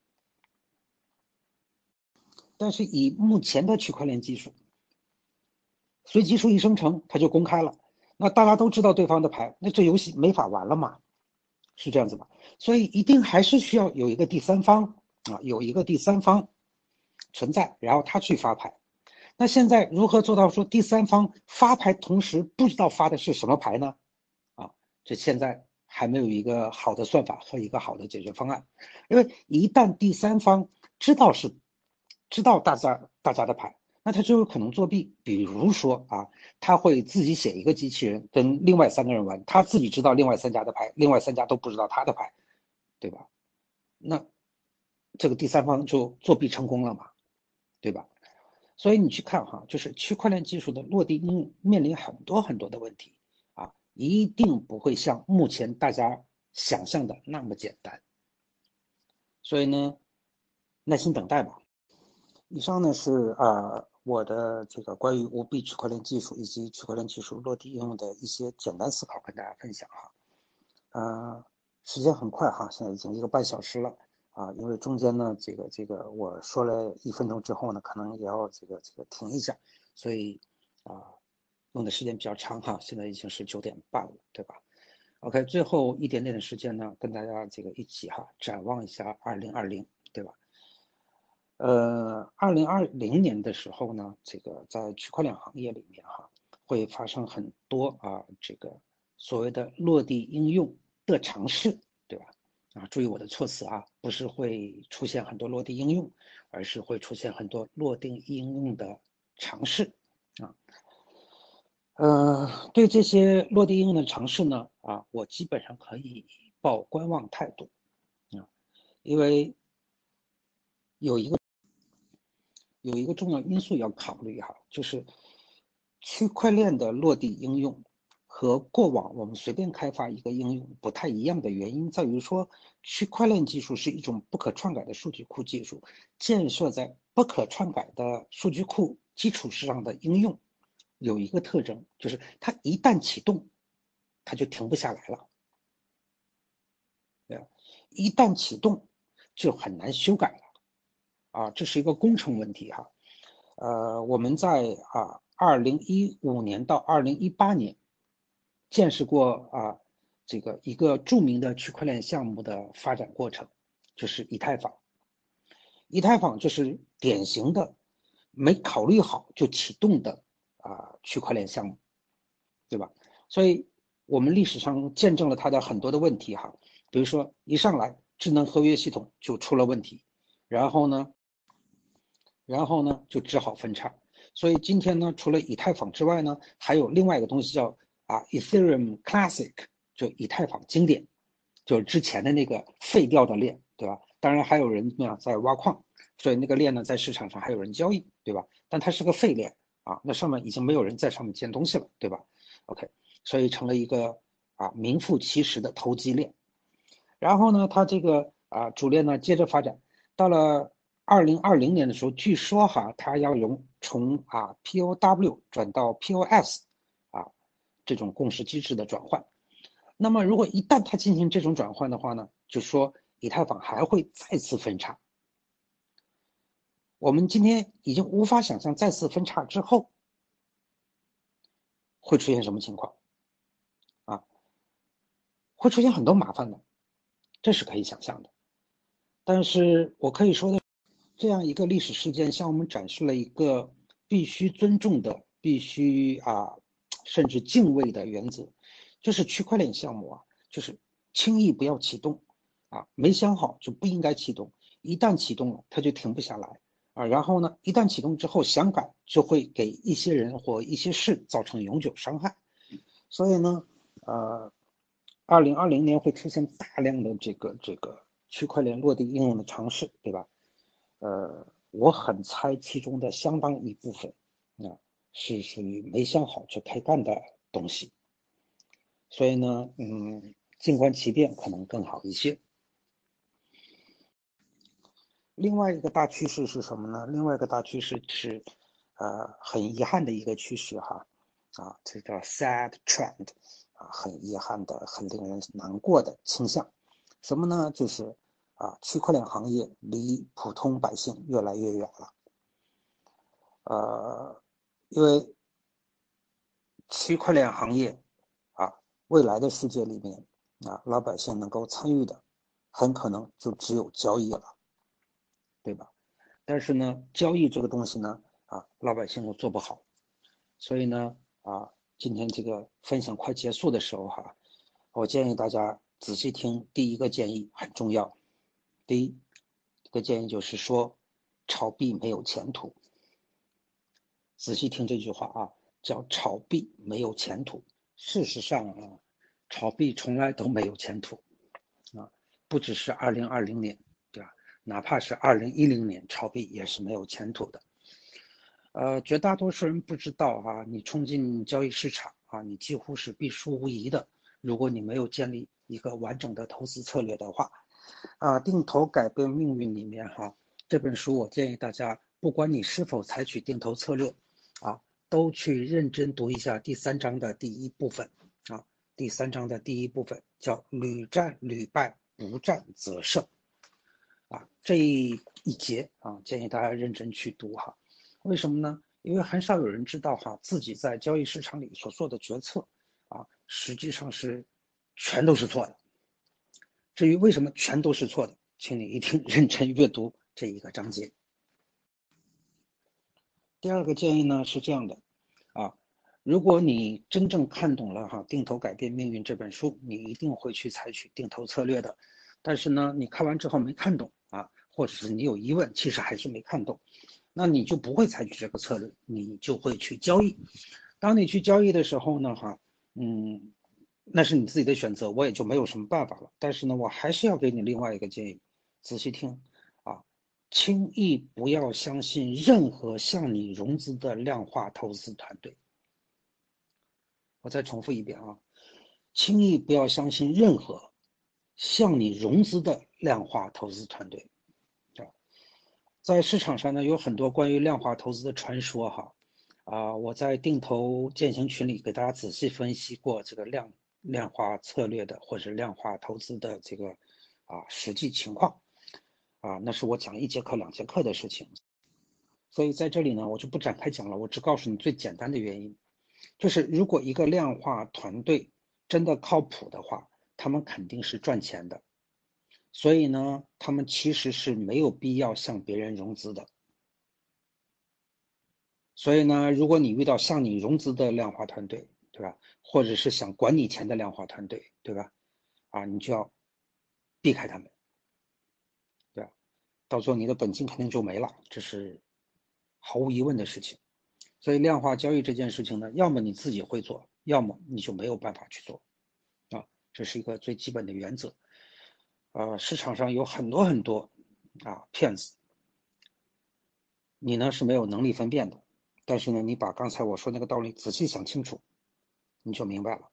[SPEAKER 1] 但是以目前的区块链技术，随机数一生成，它就公开了，那大家都知道对方的牌，那这游戏没法玩了嘛？是这样子吧？所以一定还是需要有一个第三方有一个第三方存在，然后他去发牌。那现在如何做到说第三方发牌同时不知道发的是什么牌呢？这现在还没有一个好的算法和一个好的解决方案，因为一旦第三方知道大家的牌，那他就有可能作弊。比如说他会自己写一个机器人跟另外3个人玩，他自己知道另外3家的牌，另外3家都不知道他的牌，对吧？那这个第三方就作弊成功了嘛，对吧？所以你去看就是区块链技术的落地应用面临很多很多的问题一定不会像目前大家想象的那么简单。所以呢，耐心等待吧。以上呢是我的这个关于无币区块链技术以及区块链技术落地应用的一些简单思考，跟大家分享时间很快现在已经1个半小时了因为中间呢这个我说了1分钟之后呢，可能也要这个停一下，所以用的时间比较长现在已经是9点半了，对吧？OK， 最后一点点的时间呢，跟大家这个一起展望一下2020，对吧？2020年的时候呢，这个在区块链行业里面会发生很多这个所谓的落地应用的尝试，对吧？注意我的措辞不是会出现很多落地应用，而是会出现很多落地应用的尝试对这些落地应用的尝试呢我基本上可以抱观望态度因为有一个重要因素要考虑就是区块链的落地应用和过往我们随便开发一个应用不太一样的原因在于说，区块链技术是一种不可篡改的数据库技术，建设在不可篡改的数据库基础上的应用有一个特征，就是它一旦启动，它就停不下来了。一旦启动，就很难修改了这是一个工程问题我们在2015年到2018年见识过这个一个著名的区块链项目的发展过程，就是以太坊。以太坊就是典型的没考虑好就启动的区块链项目，对吧？所以我们历史上见证了它的很多的问题比如说一上来智能合约系统就出了问题，然后呢就只好分叉。所以今天呢，除了以太坊之外呢，还有另外一个东西叫Ethereum Classic， 就以太坊经典，就是之前的那个废掉的链，对吧？当然还有人在挖矿，所以那个链呢在市场上还有人交易，对吧？但它是个废链那上面已经没有人在上面建东西了，对吧 ？OK， 所以成了一个名副其实的投机链。然后呢，它这个主链呢接着发展，到了2020年的时候，据说它要从POW 转到 POS 这种共识机制的转换。那么如果一旦它进行这种转换的话呢，就说以太坊还会再次分叉。我们今天已经无法想象再次分叉之后会出现什么情况会出现很多麻烦的，这是可以想象的。但是我可以说的，这样一个历史事件向我们展示了一个必须尊重的、必须甚至敬畏的原则，就是区块链项目就是轻易不要启动没想好就不应该启动，一旦启动了，它就停不下来然后呢，一旦启动之后想改，就会给一些人或一些事造成永久伤害。所以呢，2020年会出现大量的这个区块链落地应用的尝试，对吧？我很猜其中的相当一部分是属于没想好就开干的东西。所以呢，静观其变可能更好一些。另外一个大趋势是什么呢？另外一个大趋势是，很遗憾的一个趋势哈，这叫 sad trend，很遗憾的、很令人难过的倾向。什么呢？就是区块链行业离普通百姓越来越远了。因为区块链行业未来的世界里面老百姓能够参与的，很可能就只有交易了，对吧？但是呢，交易这个东西呢，老百姓又做不好，所以呢，今天这个分享快结束的时候我建议大家仔细听第一个建议，很重要。第一个建议就是说，炒币没有前途。仔细听这句话叫炒币没有前途。事实上炒币从来都没有前途不只是2020年，对吧？哪怕是2010年，炒币也是没有前途的。绝大多数人不知道你冲进交易市场你几乎是必输无疑的。如果你没有建立一个完整的投资策略的话，定投改变命运里面这本书我建议大家，不管你是否采取定投策略都去认真读一下第3章的第1部分第3章的第1部分叫屡战屡败，不战则胜这一节建议大家认真去读为什么呢？因为很少有人知道自己在交易市场里所做的决策实际上是全都是错的。至于为什么全都是错的，请你一定认真阅读这一个章节。第二个建议呢是这样的如果你真正看懂了《定投改变命运》这本书，你一定会去采取定投策略的。但是呢，你看完之后没看懂或者是你有疑问，其实还是没看懂，那你就不会采取这个策略，你就会去交易。当你去交易的时候呢那是你自己的选择，我也就没有什么办法了。但是呢，我还是要给你另外一个建议，仔细听轻易不要相信任何向你融资的量化投资团队。我再重复一遍轻易不要相信任何向你融资的量化投资团队在市场上呢，有很多关于量化投资的传说我在定投践行群里给大家仔细分析过这个量化策略的或者量化投资的这个实际情况那是我讲1节课2节课的事情，所以在这里呢我就不展开讲了，我只告诉你最简单的原因，就是如果一个量化团队真的靠谱的话，他们肯定是赚钱的，所以呢他们其实是没有必要向别人融资的。所以呢，如果你遇到向你融资的量化团队，对吧？或者是想管你钱的量化团队，对吧？你就要避开他们，对吧？到时候你的本金肯定就没了，这是毫无疑问的事情。所以量化交易这件事情呢，要么你自己会做，要么你就没有办法去做这是一个最基本的原则市场上有很多很多骗子，你呢是没有能力分辨的，但是呢你把刚才我说那个道理仔细想清楚，你就明白了。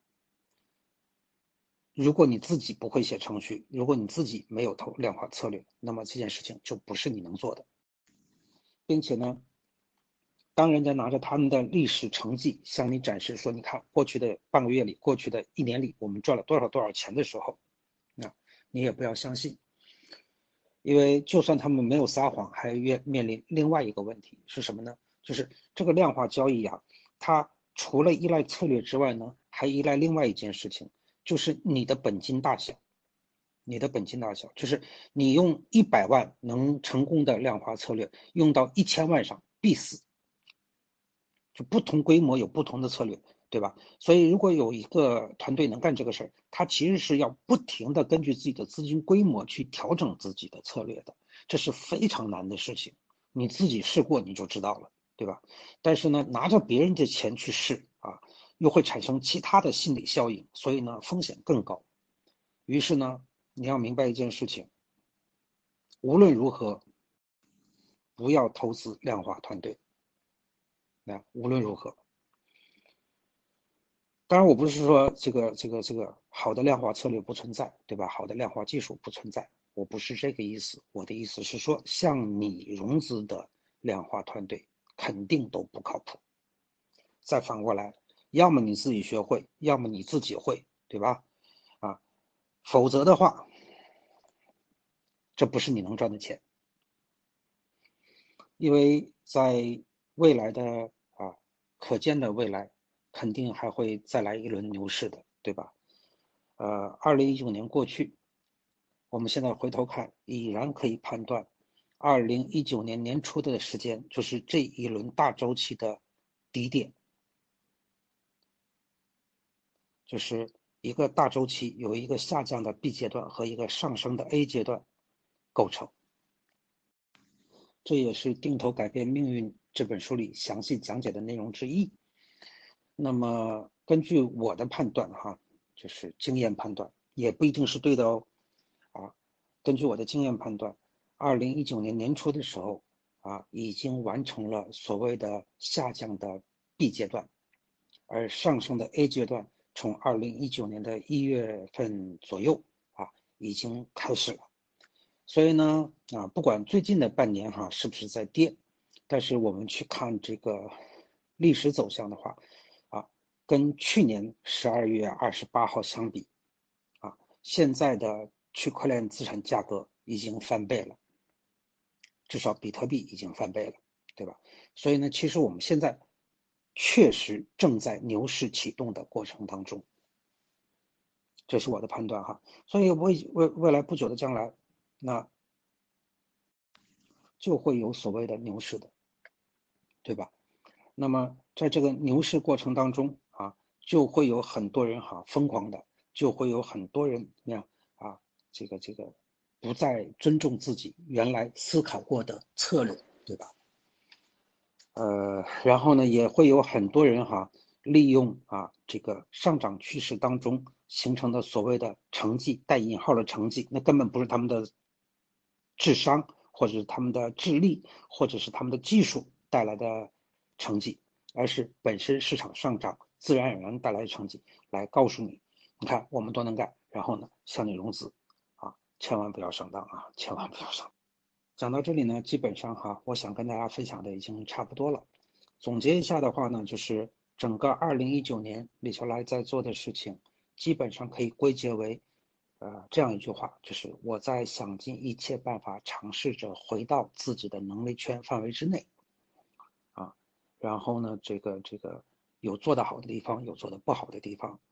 [SPEAKER 1] 如果你自己不会写程序，如果你自己没有投量化策略，那么这件事情就不是你能做的。并且呢，当人家拿着他们的历史成绩向你展示说，你看过去的半个月里，过去的1年里，我们赚了多少多少钱的时候，你也不要相信，因为就算他们没有撒谎，还面临另外一个问题是什么呢？就是这个量化交易它除了依赖策略之外呢，还依赖另外一件事情，就是你的本金大小。你的本金大小就是你用100万能成功的量化策略用到1000万上必死，就不同规模有不同的策略， 对吧？所以如果有一个团队能干这个事儿，他其实是要不停的根据自己的资金规模去调整自己的策略的，这是非常难的事情。你自己试过你就知道了，对吧？但是呢，拿着别人的钱去试啊，又会产生其他的心理效应，所以呢，风险更高。于是呢，你要明白一件事情，无论如何，不要投资量化团队。无论如何，当然我不是说这个好的量化策略不存在，对吧？好的量化技术不存在，我不是这个意思。我的意思是说，向你融资的量化团队肯定都不靠谱。再反过来，要么你自己学会，要么你自己会，对吧？否则的话，这不是你能赚的钱。因为在未来的可见的未来，肯定还会再来一轮牛市的，对吧？2019年过去，我们现在回头看，已然可以判断，2019年年初的时间就是这一轮大周期的低点，就是一个大周期有一个下降的 B 阶段和一个上升的 A 阶段构成。这也是《定投改变命运》这本书里详细讲解的内容之一。那么根据我的判断就是经验判断，也不一定是对的哦。根据我的经验判断，2019年年初的时候已经完成了所谓的下降的 B 阶段，而上升的 A 阶段从2019年的1月份左右已经开始了。所以呢不管最近的半年是不是在跌，但是我们去看这个历史走向的话跟去年12月28号相比现在的区块链资产价格已经翻倍了，至少比特币已经翻倍了，对吧？所以呢，其实我们现在确实正在牛市启动的过程当中，这是我的判断所以未来不久的将来，那就会有所谓的牛市的，对吧？那么在这个牛市过程当中就会有很多人疯狂的，就会有很多人这个不再尊重自己原来思考过的策略，对吧？然后呢，也会有很多人利用这个上涨趋势当中形成的所谓的成绩，带引号的成绩，那根本不是他们的智商，或者是他们的智力，或者是他们的技术带来的成绩，而是本身市场上涨自然而然带来的成绩，来告诉你，你看我们都能干，然后呢向你融资千万不要上当千万不要上当。讲到这里呢，基本上我想跟大家分享的已经差不多了。总结一下的话呢，就是整个2019年李笑来在做的事情，基本上可以归结为，这样一句话，就是我在想尽一切办法尝试着回到自己的能力圈范围之内，然后呢，这个有做得好的地方，有做得不好的地方，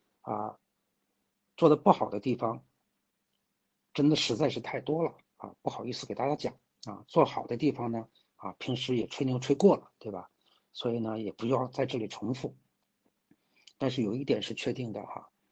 [SPEAKER 1] 做得不好的地方，真的实在是太多了不好意思给大家讲做好的地方呢平时也吹牛吹过了，对吧？所以呢，也不要在这里重复。但是有一点是确定的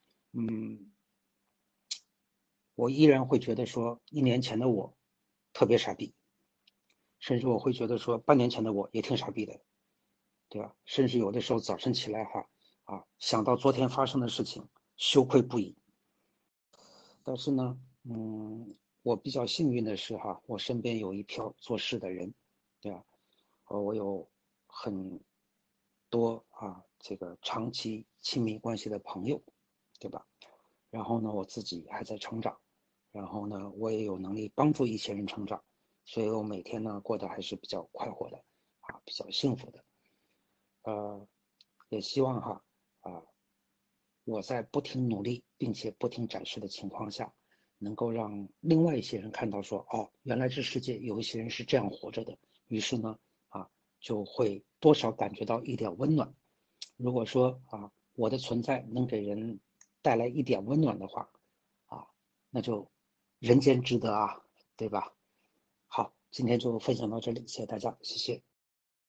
[SPEAKER 1] 我依然会觉得说1年前的我特别傻逼，甚至我会觉得说半年前的我也挺傻逼的，对吧？甚至有的时候早晨起来想到昨天发生的事情，羞愧不已。但是呢，我比较幸运的是我身边有一票做事的人，对吧？我有很多这个长期亲密关系的朋友，对吧？然后呢，我自己还在成长，然后呢，我也有能力帮助一些人成长，所以我每天呢过得还是比较快活的，比较幸福的。也希望我在不停努力并且不停展示的情况下，能够让另外一些人看到说，原来这世界有一些人是这样活着的。于是呢，就会多少感觉到一点温暖。如果说我的存在能给人带来一点温暖的话，那就人间值得对吧？好，今天就分享到这里，谢谢大家，谢谢。